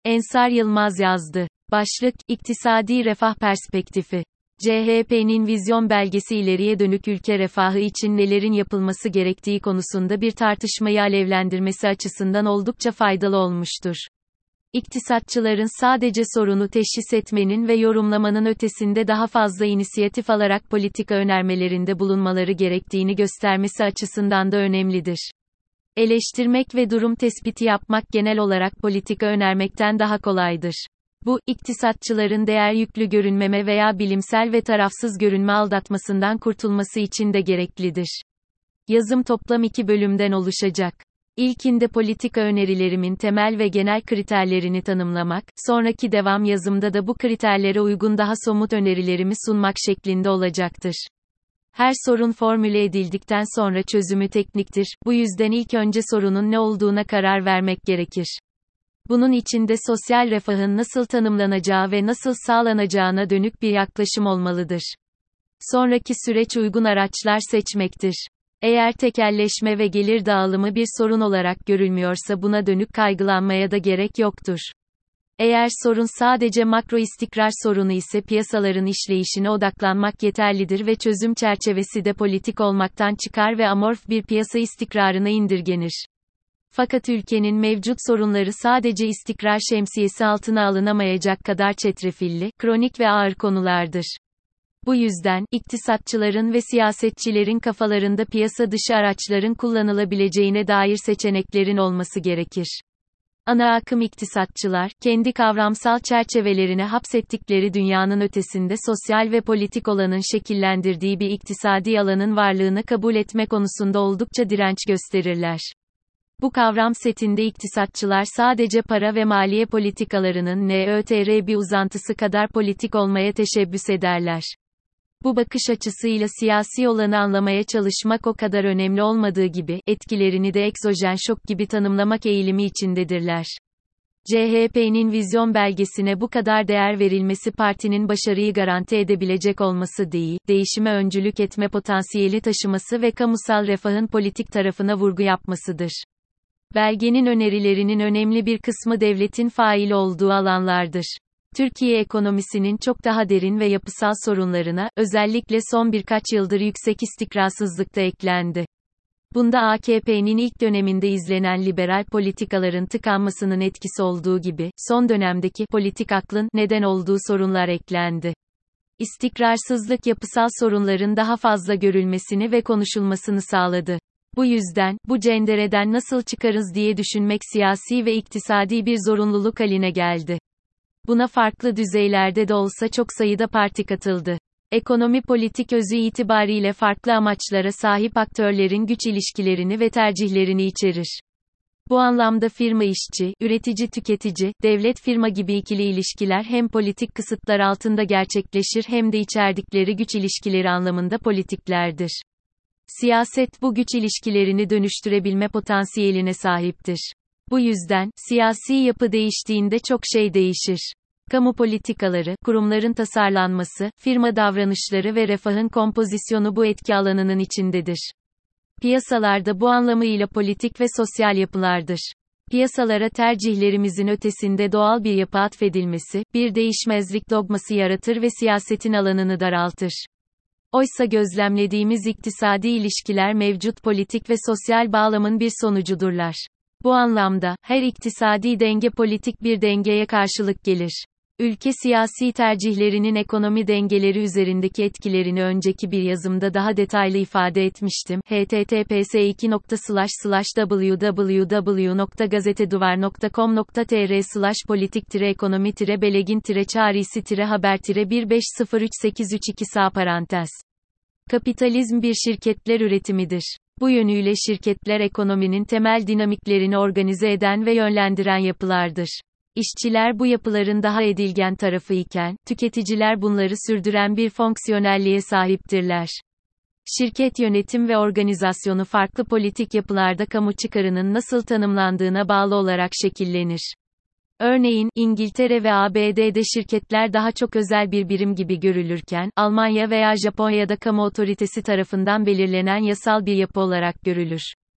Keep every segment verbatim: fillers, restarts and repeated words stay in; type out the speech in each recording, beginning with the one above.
Ensar Yılmaz yazdı. Başlık, İktisadi Refah Perspektifi. C H P'nin vizyon belgesi ileriye dönük ülke refahı için nelerin yapılması gerektiği konusunda bir tartışmayı alevlendirmesi açısından oldukça faydalı olmuştur. İktisatçıların sadece sorunu teşhis etmenin ve yorumlamanın ötesinde daha fazla inisiyatif alarak politika önermelerinde bulunmaları gerektiğini göstermesi açısından da önemlidir. Eleştirmek ve durum tespiti yapmak genel olarak politika önermekten daha kolaydır. Bu, iktisatçıların değer yüklü görünmeme veya bilimsel ve tarafsız görünme aldatmasından kurtulması için de gereklidir. Yazım toplam iki bölümden oluşacak. İlkinde politika önerilerimin temel ve genel kriterlerini tanımlamak, sonraki devam yazımda da bu kriterlere uygun daha somut önerilerimi sunmak şeklinde olacaktır. Her sorun formüle edildikten sonra çözümü tekniktir, bu yüzden ilk önce sorunun ne olduğuna karar vermek gerekir. Bunun için de sosyal refahın nasıl tanımlanacağı ve nasıl sağlanacağına dönük bir yaklaşım olmalıdır. Sonraki süreç uygun araçlar seçmektir. Eğer tekelleşme ve gelir dağılımı bir sorun olarak görülmüyorsa buna dönük kaygılanmaya da gerek yoktur. Eğer sorun sadece makro istikrar sorunu ise piyasaların işleyişine odaklanmak yeterlidir ve çözüm çerçevesi de politik olmaktan çıkar ve amorf bir piyasa istikrarına indirgenir. Fakat ülkenin mevcut sorunları sadece istikrar şemsiyesi altına alınamayacak kadar çetrefilli, kronik ve ağır konulardır. Bu yüzden, iktisatçıların ve siyasetçilerin kafalarında piyasa dışı araçların kullanılabileceğine dair seçeneklerin olması gerekir. Ana akım iktisatçılar, kendi kavramsal çerçevelerine hapsettikleri dünyanın ötesinde sosyal ve politik olanın şekillendirdiği bir iktisadi alanın varlığını kabul etme konusunda oldukça direnç gösterirler. Bu kavram setinde iktisatçılar sadece para ve maliye politikalarının nötr bir uzantısı kadar politik olmaya teşebbüs ederler. Bu bakış açısıyla siyasi olanı anlamaya çalışmak o kadar önemli olmadığı gibi, etkilerini de egzojen şok gibi tanımlamak eğilimi içindedirler. C H P'nin vizyon belgesine bu kadar değer verilmesi partinin başarıyı garanti edebilecek olması değil, değişime öncülük etme potansiyeli taşıması ve kamusal refahın politik tarafına vurgu yapmasıdır. Belgenin önerilerinin önemli bir kısmı devletin fail olduğu alanlardır. Türkiye ekonomisinin çok daha derin ve yapısal sorunlarına, özellikle son birkaç yıldır yüksek istikrarsızlık da eklendi. Bunda A K P'nin ilk döneminde izlenen liberal politikaların tıkanmasının etkisi olduğu gibi, son dönemdeki politik aklın neden olduğu sorunlar eklendi. İstikrarsızlık yapısal sorunların daha fazla görülmesini ve konuşulmasını sağladı. Bu yüzden, bu cendereden nasıl çıkarız diye düşünmek siyasi ve iktisadi bir zorunluluk haline geldi. Buna farklı düzeylerde de olsa çok sayıda parti katıldı. Ekonomi politik özü itibariyle farklı amaçlara sahip aktörlerin güç ilişkilerini ve tercihlerini içerir. Bu anlamda firma-işçi, üretici-tüketici, devlet-firma gibi ikili ilişkiler hem politik kısıtlar altında gerçekleşir hem de içerdikleri güç ilişkileri anlamında politiklerdir. Siyaset bu güç ilişkilerini dönüştürebilme potansiyeline sahiptir. Bu yüzden, siyasi yapı değiştiğinde çok şey değişir. Kamu politikaları, kurumların tasarlanması, firma davranışları ve refahın kompozisyonu bu etki alanının içindedir. Piyasalarda bu anlamıyla politik ve sosyal yapılardır. Piyasalara tercihlerimizin ötesinde doğal bir yapı atfedilmesi, bir değişmezlik dogması yaratır ve siyasetin alanını daraltır. Oysa gözlemlediğimiz iktisadi ilişkiler mevcut politik ve sosyal bağlamın bir sonucudurlar. Bu anlamda, her iktisadi denge politik bir dengeye karşılık gelir. Ülke siyasi tercihlerinin ekonomi dengeleri üzerindeki etkilerini önceki bir yazımda daha detaylı ifade etmiştim. h t t p s iki nokta slash slash w w w nokta gazeteduvar nokta com nokta t r slash politik ekonomi belegin çarisi haber bir beş sıfır üç sekiz üç iki sağ parantez. Kapitalizm bir şirketler üretimidir. Bu yönüyle şirketler ekonominin temel dinamiklerini organize eden ve yönlendiren yapılardır. İşçiler bu yapıların daha edilgen tarafı iken, tüketiciler bunları sürdüren bir fonksiyonelliğe sahiptirler. Şirket yönetim ve organizasyonu farklı politik yapılarda kamu çıkarının nasıl tanımlandığına bağlı olarak şekillenir. Örneğin, İngiltere ve A B D'de şirketler daha çok özel bir birim gibi görülürken, Almanya veya Japonya'da kamu otoritesi tarafından belirlenen yasal bir yapı olarak görülür.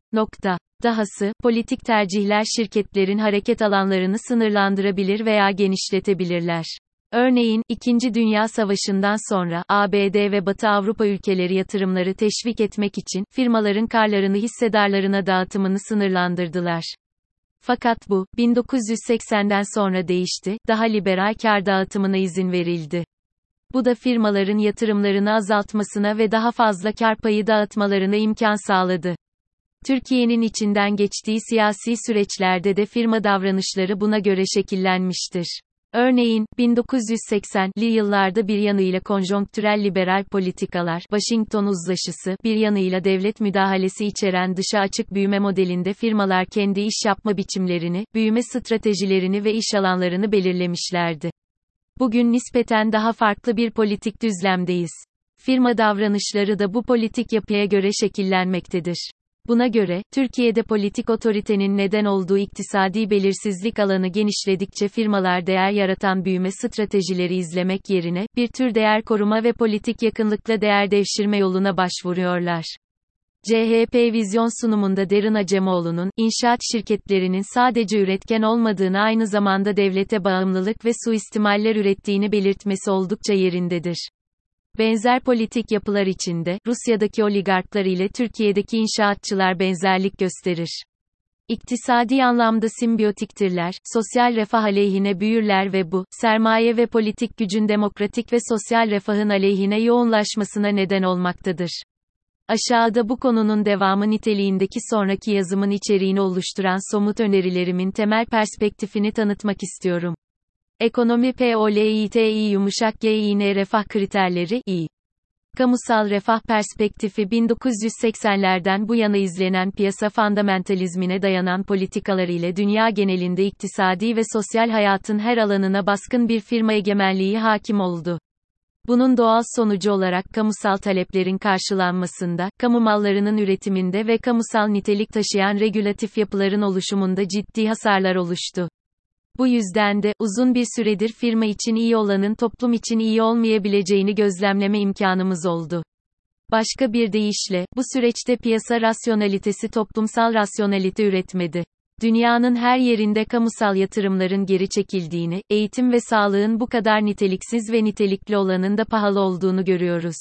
Nokta. Dahası, politik tercihler şirketlerin hareket alanlarını sınırlandırabilir veya genişletebilirler. Örneğin, İkinci Dünya Savaşı'ndan sonra, A B D ve Batı Avrupa ülkeleri yatırımları teşvik etmek için, firmaların karlarını hissedarlarına dağıtımını sınırlandırdılar. Fakat bu, bin dokuz yüz seksenden sonra değişti, daha liberal kar dağıtımına izin verildi. Bu da firmaların yatırımlarını azaltmasına ve daha fazla kar payı dağıtmalarına imkan sağladı. Türkiye'nin içinden geçtiği siyasi süreçlerde de firma davranışları buna göre şekillenmiştir. Örneğin, bin dokuz yüz seksenli yıllarda bir yanıyla konjonktürel liberal politikalar, Washington Uzlaşısı, bir yanıyla devlet müdahalesi içeren dışa açık büyüme modelinde firmalar kendi iş yapma biçimlerini, büyüme stratejilerini ve iş alanlarını belirlemişlerdi. Bugün nispeten daha farklı bir politik düzlemdeyiz. Firma davranışları da bu politik yapıya göre şekillenmektedir. Buna göre, Türkiye'de politik otoritenin neden olduğu iktisadi belirsizlik alanı genişledikçe firmalar değer yaratan büyüme stratejileri izlemek yerine, bir tür değer koruma ve politik yakınlıkla değer devşirme yoluna başvuruyorlar. C H P vizyon sunumunda Derin Acemoğlu'nun, inşaat şirketlerinin sadece üretken olmadığını aynı zamanda devlete bağımlılık ve suistimaller ürettiğini belirtmesi oldukça yerindedir. Benzer politik yapılar içinde, Rusya'daki oligarklar ile Türkiye'deki inşaatçılar benzerlik gösterir. İktisadi anlamda simbiyotiktirler, sosyal refah aleyhine büyürler ve bu, sermaye ve politik gücün demokratik ve sosyal refahın aleyhine yoğunlaşmasına neden olmaktadır. Aşağıda bu konunun devamı niteliğindeki sonraki yazımın içeriğini oluşturan somut önerilerimin temel perspektifini tanıtmak istiyorum. Ekonomi Politi yumuşak Gin refah kriterleri İ. Kamusal refah perspektifi bin dokuz yüz seksenlerden bu yana izlenen piyasa fundamentalizmine dayanan politikalar ile dünya genelinde iktisadi ve sosyal hayatın her alanına baskın bir firma egemenliği hakim oldu. Bunun doğal sonucu olarak kamusal taleplerin karşılanmasında, kamu mallarının üretiminde ve kamusal nitelik taşıyan regülatif yapıların oluşumunda ciddi hasarlar oluştu. Bu yüzden de, uzun bir süredir firma için iyi olanın toplum için iyi olmayabileceğini gözlemleme imkanımız oldu. Başka bir deyişle, bu süreçte piyasa rasyonalitesi toplumsal rasyonalite üretmedi. Dünyanın her yerinde kamusal yatırımların geri çekildiğini, eğitim ve sağlığın bu kadar niteliksiz ve nitelikli olanın da pahalı olduğunu görüyoruz.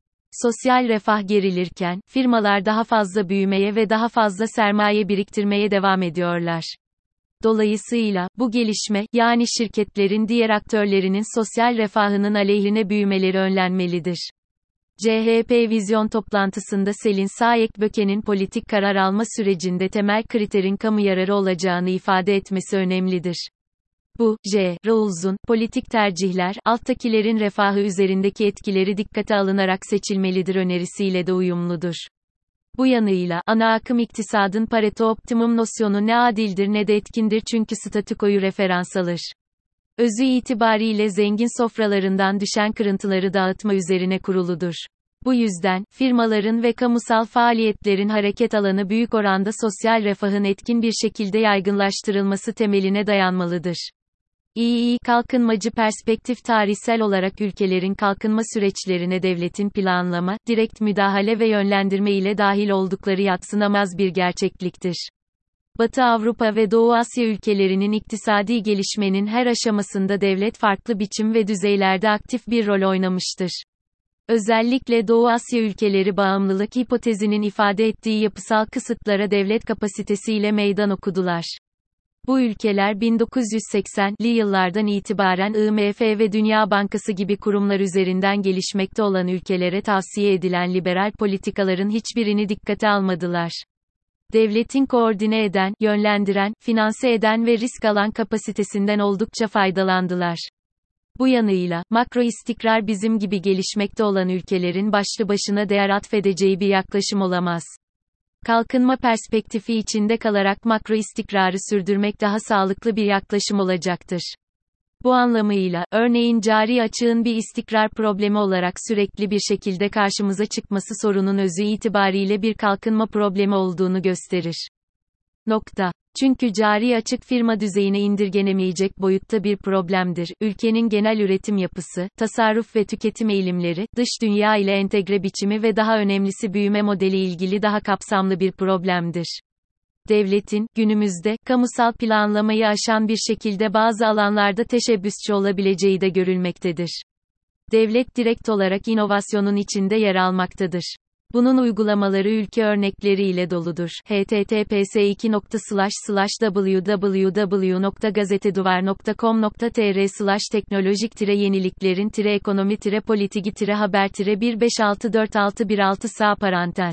Sosyal refah gerilirken, firmalar daha fazla büyümeye ve daha fazla sermaye biriktirmeye devam ediyorlar. Dolayısıyla, bu gelişme, yani şirketlerin diğer aktörlerinin sosyal refahının aleyhine büyümeleri önlenmelidir. C H P vizyon toplantısında Selin Sayek-Böke'nin politik karar alma sürecinde temel kriterin kamu yararı olacağını ifade etmesi önemlidir. Bu, J. Rawls'un, politik tercihler, alttakilerin refahı üzerindeki etkileri dikkate alınarak seçilmelidir önerisiyle de uyumludur. Bu yanıyla, ana akım iktisadın Pareto optimum nosyonu ne adildir ne de etkindir çünkü statükoyu referans alır. Özü itibariyle zengin sofralarından düşen kırıntıları dağıtma üzerine kuruludur. Bu yüzden, firmaların ve kamusal faaliyetlerin hareket alanı büyük oranda sosyal refahın etkin bir şekilde yaygınlaştırılması temeline dayanmalıdır. İyi kalkınmacı perspektif tarihsel olarak ülkelerin kalkınma süreçlerine devletin planlama, direkt müdahale ve yönlendirme ile dahil oldukları yadsınamaz bir gerçekliktir. Batı Avrupa ve Doğu Asya ülkelerinin iktisadi gelişmenin her aşamasında devlet farklı biçim ve düzeylerde aktif bir rol oynamıştır. Özellikle Doğu Asya ülkeleri bağımlılık hipotezinin ifade ettiği yapısal kısıtlara devlet kapasitesiyle meydan okudular. Bu ülkeler bin dokuz yüz seksenli yıllardan itibaren I M F ve Dünya Bankası gibi kurumlar üzerinden gelişmekte olan ülkelere tavsiye edilen liberal politikaların hiçbirini dikkate almadılar. Devletin koordine eden, yönlendiren, finanse eden ve risk alan kapasitesinden oldukça faydalandılar. Bu yanıyla, makro istikrar bizim gibi gelişmekte olan ülkelerin başlı başına değer atfedeceği bir yaklaşım olamaz. Kalkınma perspektifi içinde kalarak makro istikrarı sürdürmek daha sağlıklı bir yaklaşım olacaktır. Bu anlamıyla, örneğin cari açığın bir istikrar problemi olarak sürekli bir şekilde karşımıza çıkması sorunun özü itibariyle bir kalkınma problemi olduğunu gösterir. Nokta. Çünkü cari açık firma düzeyine indirgenemeyecek boyutta bir problemdir. Ülkenin genel üretim yapısı, tasarruf ve tüketim eğilimleri, dış dünya ile entegre biçimi ve daha önemlisi büyüme modeli ilgili daha kapsamlı bir problemdir. Devletin, günümüzde, kamusal planlamayı aşan bir şekilde bazı alanlarda teşebbüsçü olabileceği de görülmektedir. Devlet direkt olarak inovasyonun içinde yer almaktadır. Bunun uygulamaları ülke örnekleriyle doludur. h t t p s iki nokta slash slash w w w nokta gazeteduvar nokta com nokta t r slash teknolojik yeniliklerin ekonomi politigi haber bir beş altı dört altı bir altı sağ parantez.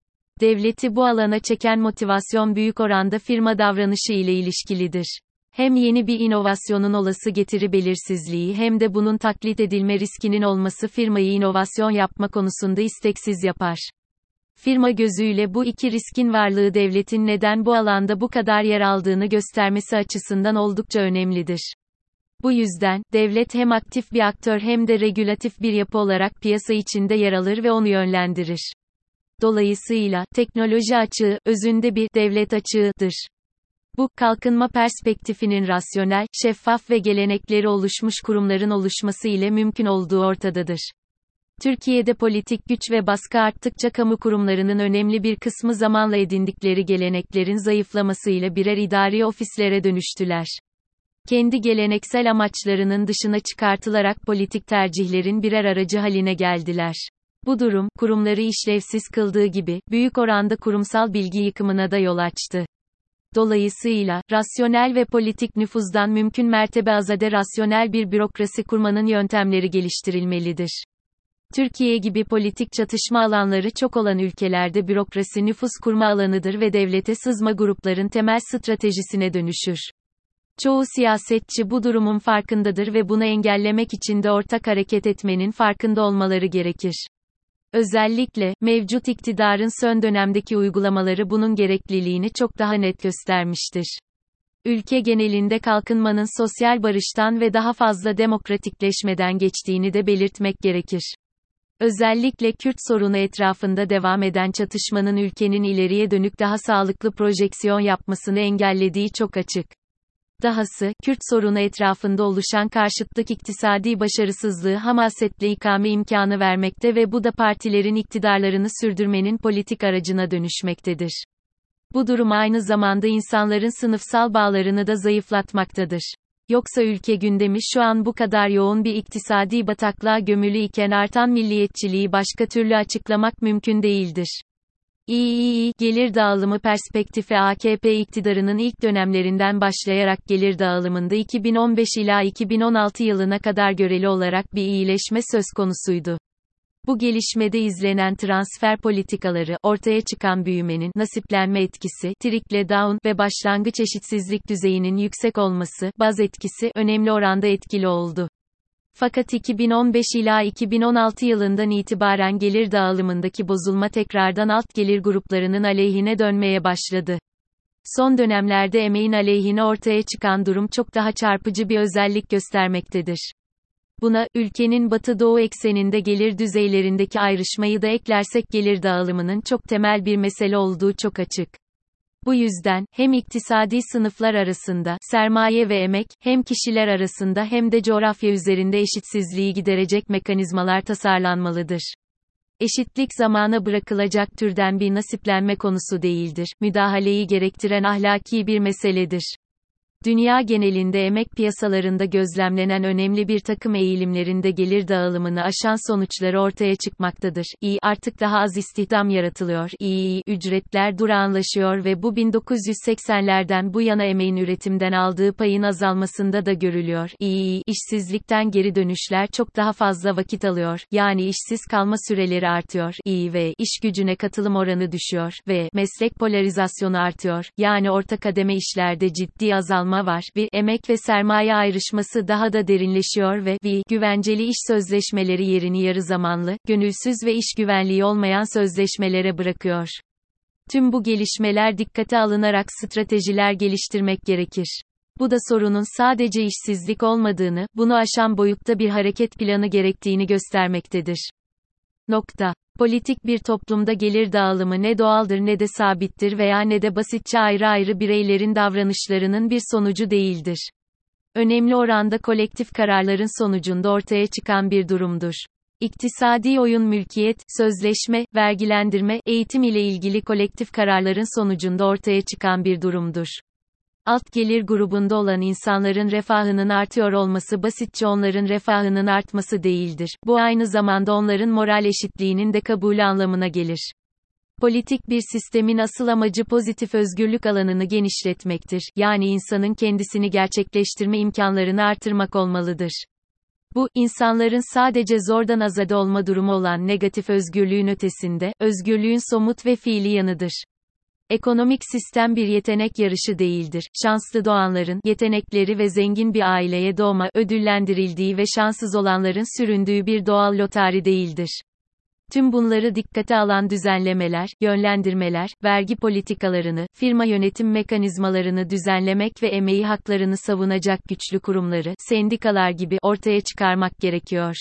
Devleti bu alana çeken motivasyon büyük oranda firma davranışı ile ilişkilidir. Hem yeni bir inovasyonun olası getiri belirsizliği hem de bunun taklit edilme riskinin olması firmayı inovasyon yapma konusunda isteksiz yapar. Firma gözüyle bu iki riskin varlığı devletin neden bu alanda bu kadar yer aldığını göstermesi açısından oldukça önemlidir. Bu yüzden, devlet hem aktif bir aktör hem de regülatif bir yapı olarak piyasa içinde yer alır ve onu yönlendirir. Dolayısıyla, teknoloji açığı, özünde bir devlet açığıdır. Bu, kalkınma perspektifinin rasyonel, şeffaf ve gelenekleri oluşmuş kurumların oluşması ile mümkün olduğu ortadadır. Türkiye'de politik güç ve baskı arttıkça kamu kurumlarının önemli bir kısmı zamanla edindikleri geleneklerin zayıflamasıyla birer idari ofislere dönüştüler. Kendi geleneksel amaçlarının dışına çıkartılarak politik tercihlerin birer aracı haline geldiler. Bu durum, kurumları işlevsiz kıldığı gibi, büyük oranda kurumsal bilgi yıkımına da yol açtı. Dolayısıyla, rasyonel ve politik nüfuzdan mümkün mertebe azade rasyonel bir bürokrasi kurmanın yöntemleri geliştirilmelidir. Türkiye gibi politik çatışma alanları çok olan ülkelerde bürokrasi nüfuz kurma alanıdır ve devlete sızma grupların temel stratejisine dönüşür. Çoğu siyasetçi bu durumun farkındadır ve bunu engellemek için de ortak hareket etmenin farkında olmaları gerekir. Özellikle, mevcut iktidarın son dönemdeki uygulamaları bunun gerekliliğini çok daha net göstermiştir. Ülke genelinde kalkınmanın sosyal barıştan ve daha fazla demokratikleşmeden geçtiğini de belirtmek gerekir. Özellikle Kürt sorunu etrafında devam eden çatışmanın ülkenin ileriye dönük daha sağlıklı projeksiyon yapmasını engellediği çok açık. Dahası, Kürt sorunu etrafında oluşan karşıtlık iktisadi başarısızlığı hamasetle ikame imkanı vermekte ve bu da partilerin iktidarlarını sürdürmenin politik aracına dönüşmektedir. Bu durum aynı zamanda insanların sınıfsal bağlarını da zayıflatmaktadır. Yoksa ülke gündemi şu an bu kadar yoğun bir iktisadi bataklığa gömülü iken artan milliyetçiliği başka türlü açıklamak mümkün değildir. İİİ, gelir dağılımı perspektifi A K P iktidarının ilk dönemlerinden başlayarak gelir dağılımında iki bin on beş ila iki bin on altı yılına kadar göreli olarak bir iyileşme söz konusuydu. Bu gelişmede izlenen transfer politikaları, ortaya çıkan büyümenin, nasiplenme etkisi, trickle-down ve başlangıç eşitsizlik düzeyinin yüksek olması, baz etkisi, önemli oranda etkili oldu. Fakat iki bin on beş ila iki bin on altı yılından itibaren gelir dağılımındaki bozulma tekrardan alt gelir gruplarının aleyhine dönmeye başladı. Son dönemlerde emeğin aleyhine ortaya çıkan durum çok daha çarpıcı bir özellik göstermektedir. Buna, ülkenin batı-doğu ekseninde gelir düzeylerindeki ayrışmayı da eklersek gelir dağılımının çok temel bir mesele olduğu çok açık. Bu yüzden, hem iktisadi sınıflar arasında, sermaye ve emek, hem kişiler arasında hem de coğrafya üzerinde eşitsizliği giderecek mekanizmalar tasarlanmalıdır. Eşitlik zamana bırakılacak türden bir nasiplenme konusu değildir, müdahaleyi gerektiren ahlaki bir meseledir. Dünya genelinde emek piyasalarında gözlemlenen önemli bir takım eğilimlerinde gelir dağılımını aşan sonuçları ortaya çıkmaktadır. İ, artık daha az istihdam yaratılıyor. İ, ücretler durağanlaşıyor ve bu bin dokuz yüz seksenlerden bu yana emeğin üretimden aldığı payın azalmasında da görülüyor. İ, işsizlikten geri dönüşler çok daha fazla vakit alıyor. Yani işsiz kalma süreleri artıyor. İ ve iş gücüne katılım oranı düşüyor ve meslek polarizasyonu artıyor. Yani orta kademe işlerde ciddi azalma var. Bir, emek ve sermaye ayrışması daha da derinleşiyor ve vi, güvenceli iş sözleşmeleri yerini yarı zamanlı, gönülsüz ve iş güvenliği olmayan sözleşmelere bırakıyor. Tüm bu gelişmeler dikkate alınarak stratejiler geliştirmek gerekir. Bu da sorunun sadece işsizlik olmadığını, bunu aşan boyutta bir hareket planı gerektiğini göstermektedir. Nokta. Politik bir toplumda gelir dağılımı ne doğaldır ne de sabittir veya ne de basitçe ayrı ayrı bireylerin davranışlarının bir sonucu değildir. Önemli oranda kolektif kararların sonucunda ortaya çıkan bir durumdur. İktisadi oyun mülkiyet, sözleşme, vergilendirme, eğitim ile ilgili kolektif kararların sonucunda ortaya çıkan bir durumdur. Alt gelir grubunda olan insanların refahının artıyor olması basitçe onların refahının artması değildir. Bu aynı zamanda onların moral eşitliğinin de kabulü anlamına gelir. Politik bir sistemin asıl amacı pozitif özgürlük alanını genişletmektir, yani insanın kendisini gerçekleştirme imkanlarını artırmak olmalıdır. Bu, insanların sadece zordan azade olma durumu olan negatif özgürlüğün ötesinde, özgürlüğün somut ve fiili yanıdır. Ekonomik sistem bir yetenek yarışı değildir. Şanslı doğanların, yetenekleri ve zengin bir aileye doğma, ödüllendirildiği ve şanssız olanların süründüğü bir doğal lotari değildir. Tüm bunları dikkate alan düzenlemeler, yönlendirmeler, vergi politikalarını, firma yönetim mekanizmalarını düzenlemek ve emeği haklarını savunacak güçlü kurumları, sendikalar gibi ortaya çıkarmak gerekiyor.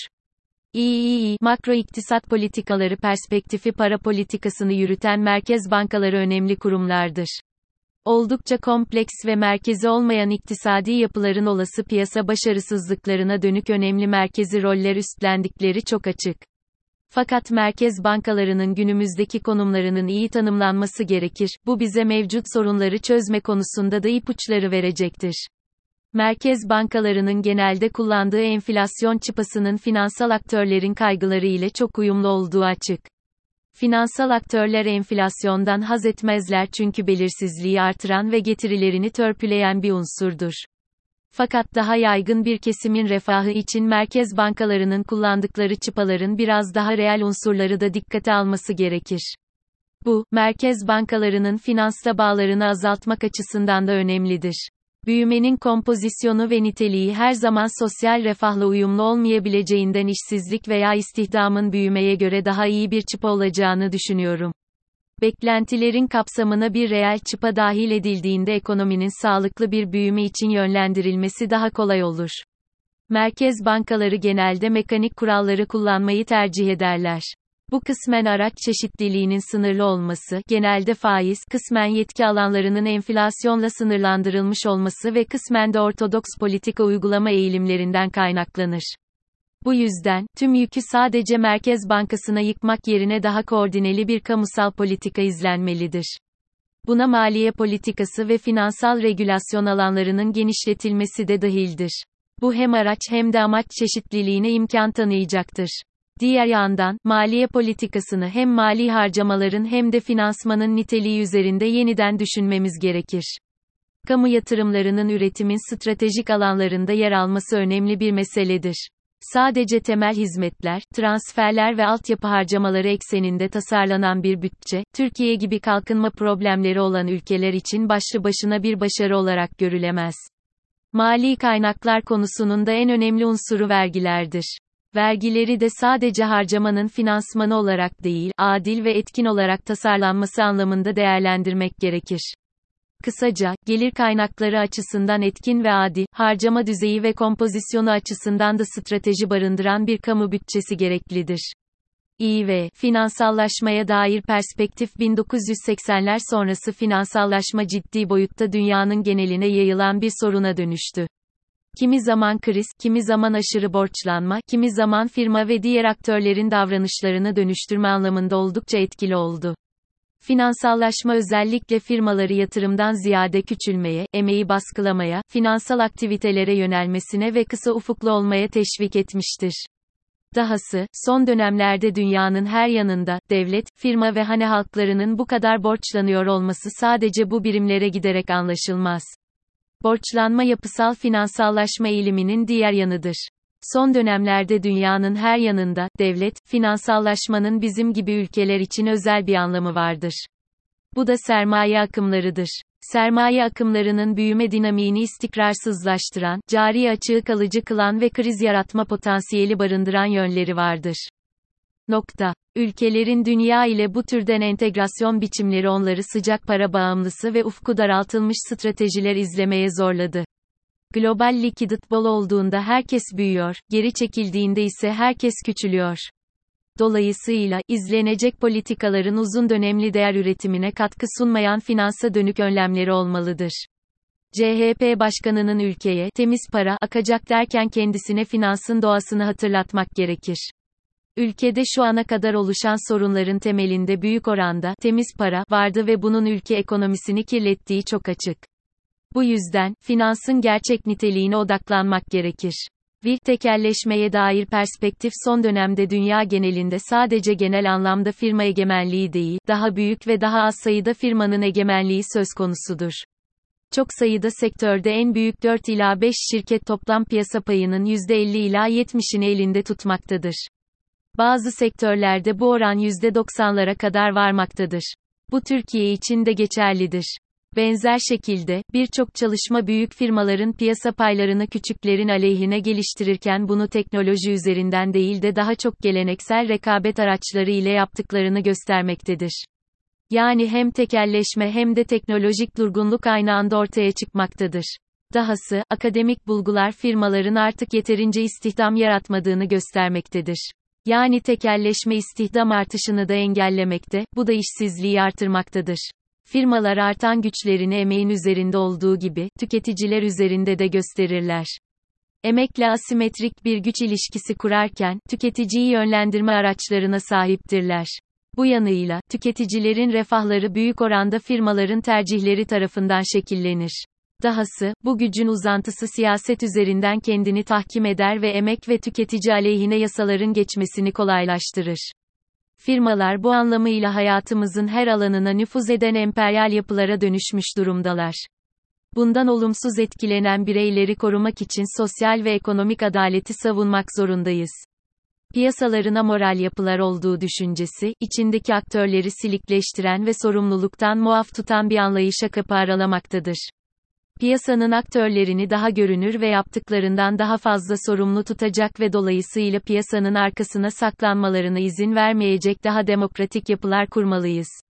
İİİ, makro iktisat politikaları perspektifi para politikasını yürüten merkez bankaları önemli kurumlardır. Oldukça kompleks ve merkezi olmayan iktisadi yapıların olası piyasa başarısızlıklarına dönük önemli merkezi roller üstlendikleri çok açık. Fakat merkez bankalarının günümüzdeki konumlarının iyi tanımlanması gerekir, bu bize mevcut sorunları çözme konusunda da ipuçları verecektir. Merkez bankalarının genelde kullandığı enflasyon çıpasının finansal aktörlerin kaygıları ile çok uyumlu olduğu açık. Finansal aktörler enflasyondan haz etmezler çünkü belirsizliği artıran ve getirilerini törpüleyen bir unsurdur. Fakat daha yaygın bir kesimin refahı için merkez bankalarının kullandıkları çıpaların biraz daha reel unsurları da dikkate alması gerekir. Bu, merkez bankalarının finansla bağlarını azaltmak açısından da önemlidir. Büyümenin kompozisyonu ve niteliği her zaman sosyal refahla uyumlu olmayabileceğinden işsizlik veya istihdamın büyümeye göre daha iyi bir çıpa olacağını düşünüyorum. Beklentilerin kapsamına bir reel çıpa dahil edildiğinde ekonominin sağlıklı bir büyüme için yönlendirilmesi daha kolay olur. Merkez bankaları genelde mekanik kuralları kullanmayı tercih ederler. Bu kısmen araç çeşitliliğinin sınırlı olması, genelde faiz, kısmen yetki alanlarının enflasyonla sınırlandırılmış olması ve kısmen de ortodoks politika uygulama eğilimlerinden kaynaklanır. Bu yüzden, tüm yükü sadece Merkez Bankası'na yıkmak yerine daha koordineli bir kamusal politika izlenmelidir. Buna maliye politikası ve finansal regülasyon alanlarının genişletilmesi de dahildir. Bu hem araç hem de amaç çeşitliliğine imkan tanıyacaktır. Diğer yandan, maliye politikasını hem mali harcamaların hem de finansmanın niteliği üzerinde yeniden düşünmemiz gerekir. Kamu yatırımlarının üretimin stratejik alanlarında yer alması önemli bir meseledir. Sadece temel hizmetler, transferler ve altyapı harcamaları ekseninde tasarlanan bir bütçe, Türkiye gibi kalkınma problemleri olan ülkeler için başlı başına bir başarı olarak görülemez. Mali kaynaklar konusunun da en önemli unsuru vergilerdir. Vergileri de sadece harcamanın finansmanı olarak değil, adil ve etkin olarak tasarlanması anlamında değerlendirmek gerekir. Kısaca, gelir kaynakları açısından etkin ve adil, harcama düzeyi ve kompozisyonu açısından da strateji barındıran bir kamu bütçesi gereklidir. İ ve finansallaşmaya dair perspektif bin dokuz yüz seksenler sonrası finansallaşma ciddi boyutta dünyanın geneline yayılan bir soruna dönüştü. Kimi zaman kriz, kimi zaman aşırı borçlanma, kimi zaman firma ve diğer aktörlerin davranışlarını dönüştürme anlamında oldukça etkili oldu. Finansallaşma özellikle firmaları yatırımdan ziyade küçülmeye, emeği baskılamaya, finansal aktivitelere yönelmesine ve kısa ufuklu olmaya teşvik etmiştir. Dahası, son dönemlerde dünyanın her yanında, devlet, firma ve hane halklarının bu kadar borçlanıyor olması sadece bu birimlere giderek anlaşılmaz. Borçlanma yapısal finansallaşma eğiliminin diğer yanıdır. Son dönemlerde dünyanın her yanında, devlet, finansallaşmanın bizim gibi ülkeler için özel bir anlamı vardır. Bu da sermaye akımlarıdır. Sermaye akımlarının büyüme dinamiğini istikrarsızlaştıran, cari açığı kalıcı kılan ve kriz yaratma potansiyeli barındıran yönleri vardır. Nokta. Ülkelerin dünya ile bu türden entegrasyon biçimleri onları sıcak para bağımlısı ve ufku daraltılmış stratejiler izlemeye zorladı. Global likidite bol olduğunda herkes büyüyor, geri çekildiğinde ise herkes küçülüyor. Dolayısıyla, izlenecek politikaların uzun dönemli değer üretimine katkı sunmayan finansa dönük önlemleri olmalıdır. C H P Başkanı'nın ülkeye, temiz para, akacak derken kendisine finansın doğasını hatırlatmak gerekir. Ülkede şu ana kadar oluşan sorunların temelinde büyük oranda temiz para vardı ve bunun ülke ekonomisini kirlettiği çok açık. Bu yüzden, finansın gerçek niteliğine odaklanmak gerekir. Bir tekelleşmeye dair perspektif son dönemde dünya genelinde sadece genel anlamda firma egemenliği değil, daha büyük ve daha az sayıda firmanın egemenliği söz konusudur. Çok sayıda sektörde en büyük dört ila beş şirket toplam piyasa payının yüzde elli ila yetmişini elinde tutmaktadır. Bazı sektörlerde bu oran yüzde doksanlara kadar varmaktadır. Bu Türkiye için de geçerlidir. Benzer şekilde, birçok çalışma büyük firmaların piyasa paylarını küçüklerin aleyhine geliştirirken bunu teknoloji üzerinden değil de daha çok geleneksel rekabet araçları ile yaptıklarını göstermektedir. Yani hem tekelleşme hem de teknolojik durgunluk aynı anda ortaya çıkmaktadır. Dahası, akademik bulgular firmaların artık yeterince istihdam yaratmadığını göstermektedir. Yani tekelleşme istihdam artışını da engellemekte, bu da işsizliği artırmaktadır. Firmalar artan güçlerini emeğin üzerinde olduğu gibi, tüketiciler üzerinde de gösterirler. Emekle asimetrik bir güç ilişkisi kurarken, tüketiciyi yönlendirme araçlarına sahiptirler. Bu yanıyla, tüketicilerin refahları büyük oranda firmaların tercihleri tarafından şekillenir. Dahası, bu gücün uzantısı siyaset üzerinden kendini tahkim eder ve emek ve tüketici aleyhine yasaların geçmesini kolaylaştırır. Firmalar bu anlamıyla hayatımızın her alanına nüfuz eden emperyal yapılara dönüşmüş durumdalar. Bundan olumsuz etkilenen bireyleri korumak için sosyal ve ekonomik adaleti savunmak zorundayız. Piyasaların amoral yapılar olduğu düşüncesi, içindeki aktörleri silikleştiren ve sorumluluktan muaf tutan bir anlayışa kapı aralamaktadır. Piyasanın aktörlerini daha görünür ve yaptıklarından daha fazla sorumlu tutacak ve dolayısıyla piyasanın arkasına saklanmalarına izin vermeyecek daha demokratik yapılar kurmalıyız.